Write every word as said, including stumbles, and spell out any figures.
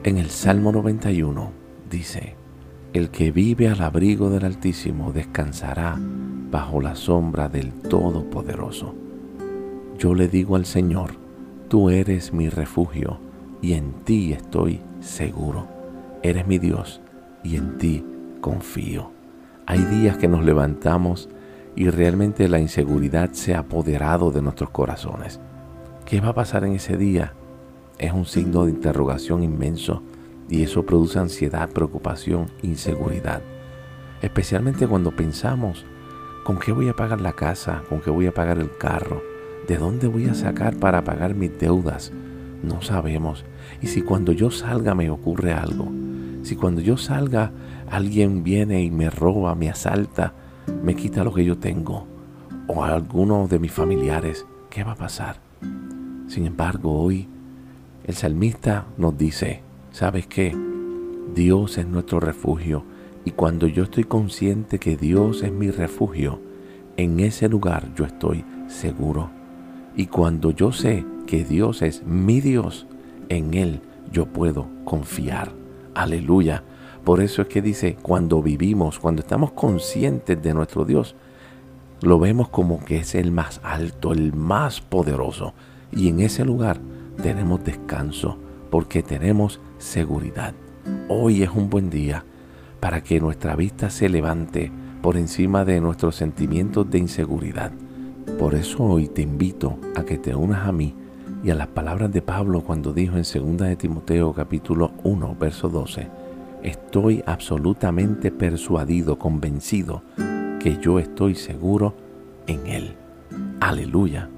En el Salmo noventa y uno dice: el que vive al abrigo del Altísimo descansará bajo la sombra del Todopoderoso. Yo le digo al Señor: tú eres mi refugio y en ti estoy seguro. Eres mi Dios y en ti confío. Hay días que nos levantamos y realmente la inseguridad se ha apoderado de nuestros corazones. ¿Qué va a pasar en ese día? Es un signo de interrogación inmenso y eso produce ansiedad, preocupación, inseguridad. Especialmente cuando pensamos: ¿con qué voy a pagar la casa? ¿Con qué voy a pagar el carro? ¿De dónde voy a sacar para pagar mis deudas? No sabemos. Y si cuando yo salga me ocurre algo, si cuando yo salga alguien viene y me roba, me asalta, me quita lo que yo tengo, o a alguno de mis familiares, ¿qué va a pasar? Sin embargo, hoy el salmista nos dice: ¿sabes qué? Dios es nuestro refugio, y cuando yo estoy consciente que Dios es mi refugio, en ese lugar yo estoy seguro. Y cuando yo sé que Dios es mi Dios, en Él yo puedo confiar. Aleluya. Por eso es que dice, cuando vivimos, cuando estamos conscientes de nuestro Dios, lo vemos como que es el más alto, el más poderoso. Y en ese lugar tenemos descanso, porque tenemos seguridad. Hoy es un buen día para que nuestra vista se levante por encima de nuestros sentimientos de inseguridad. Por eso hoy te invito a que te unas a mí y a las palabras de Pablo cuando dijo en segunda de Timoteo capítulo uno, verso doce: estoy absolutamente persuadido, convencido, que yo estoy seguro en Él. Aleluya.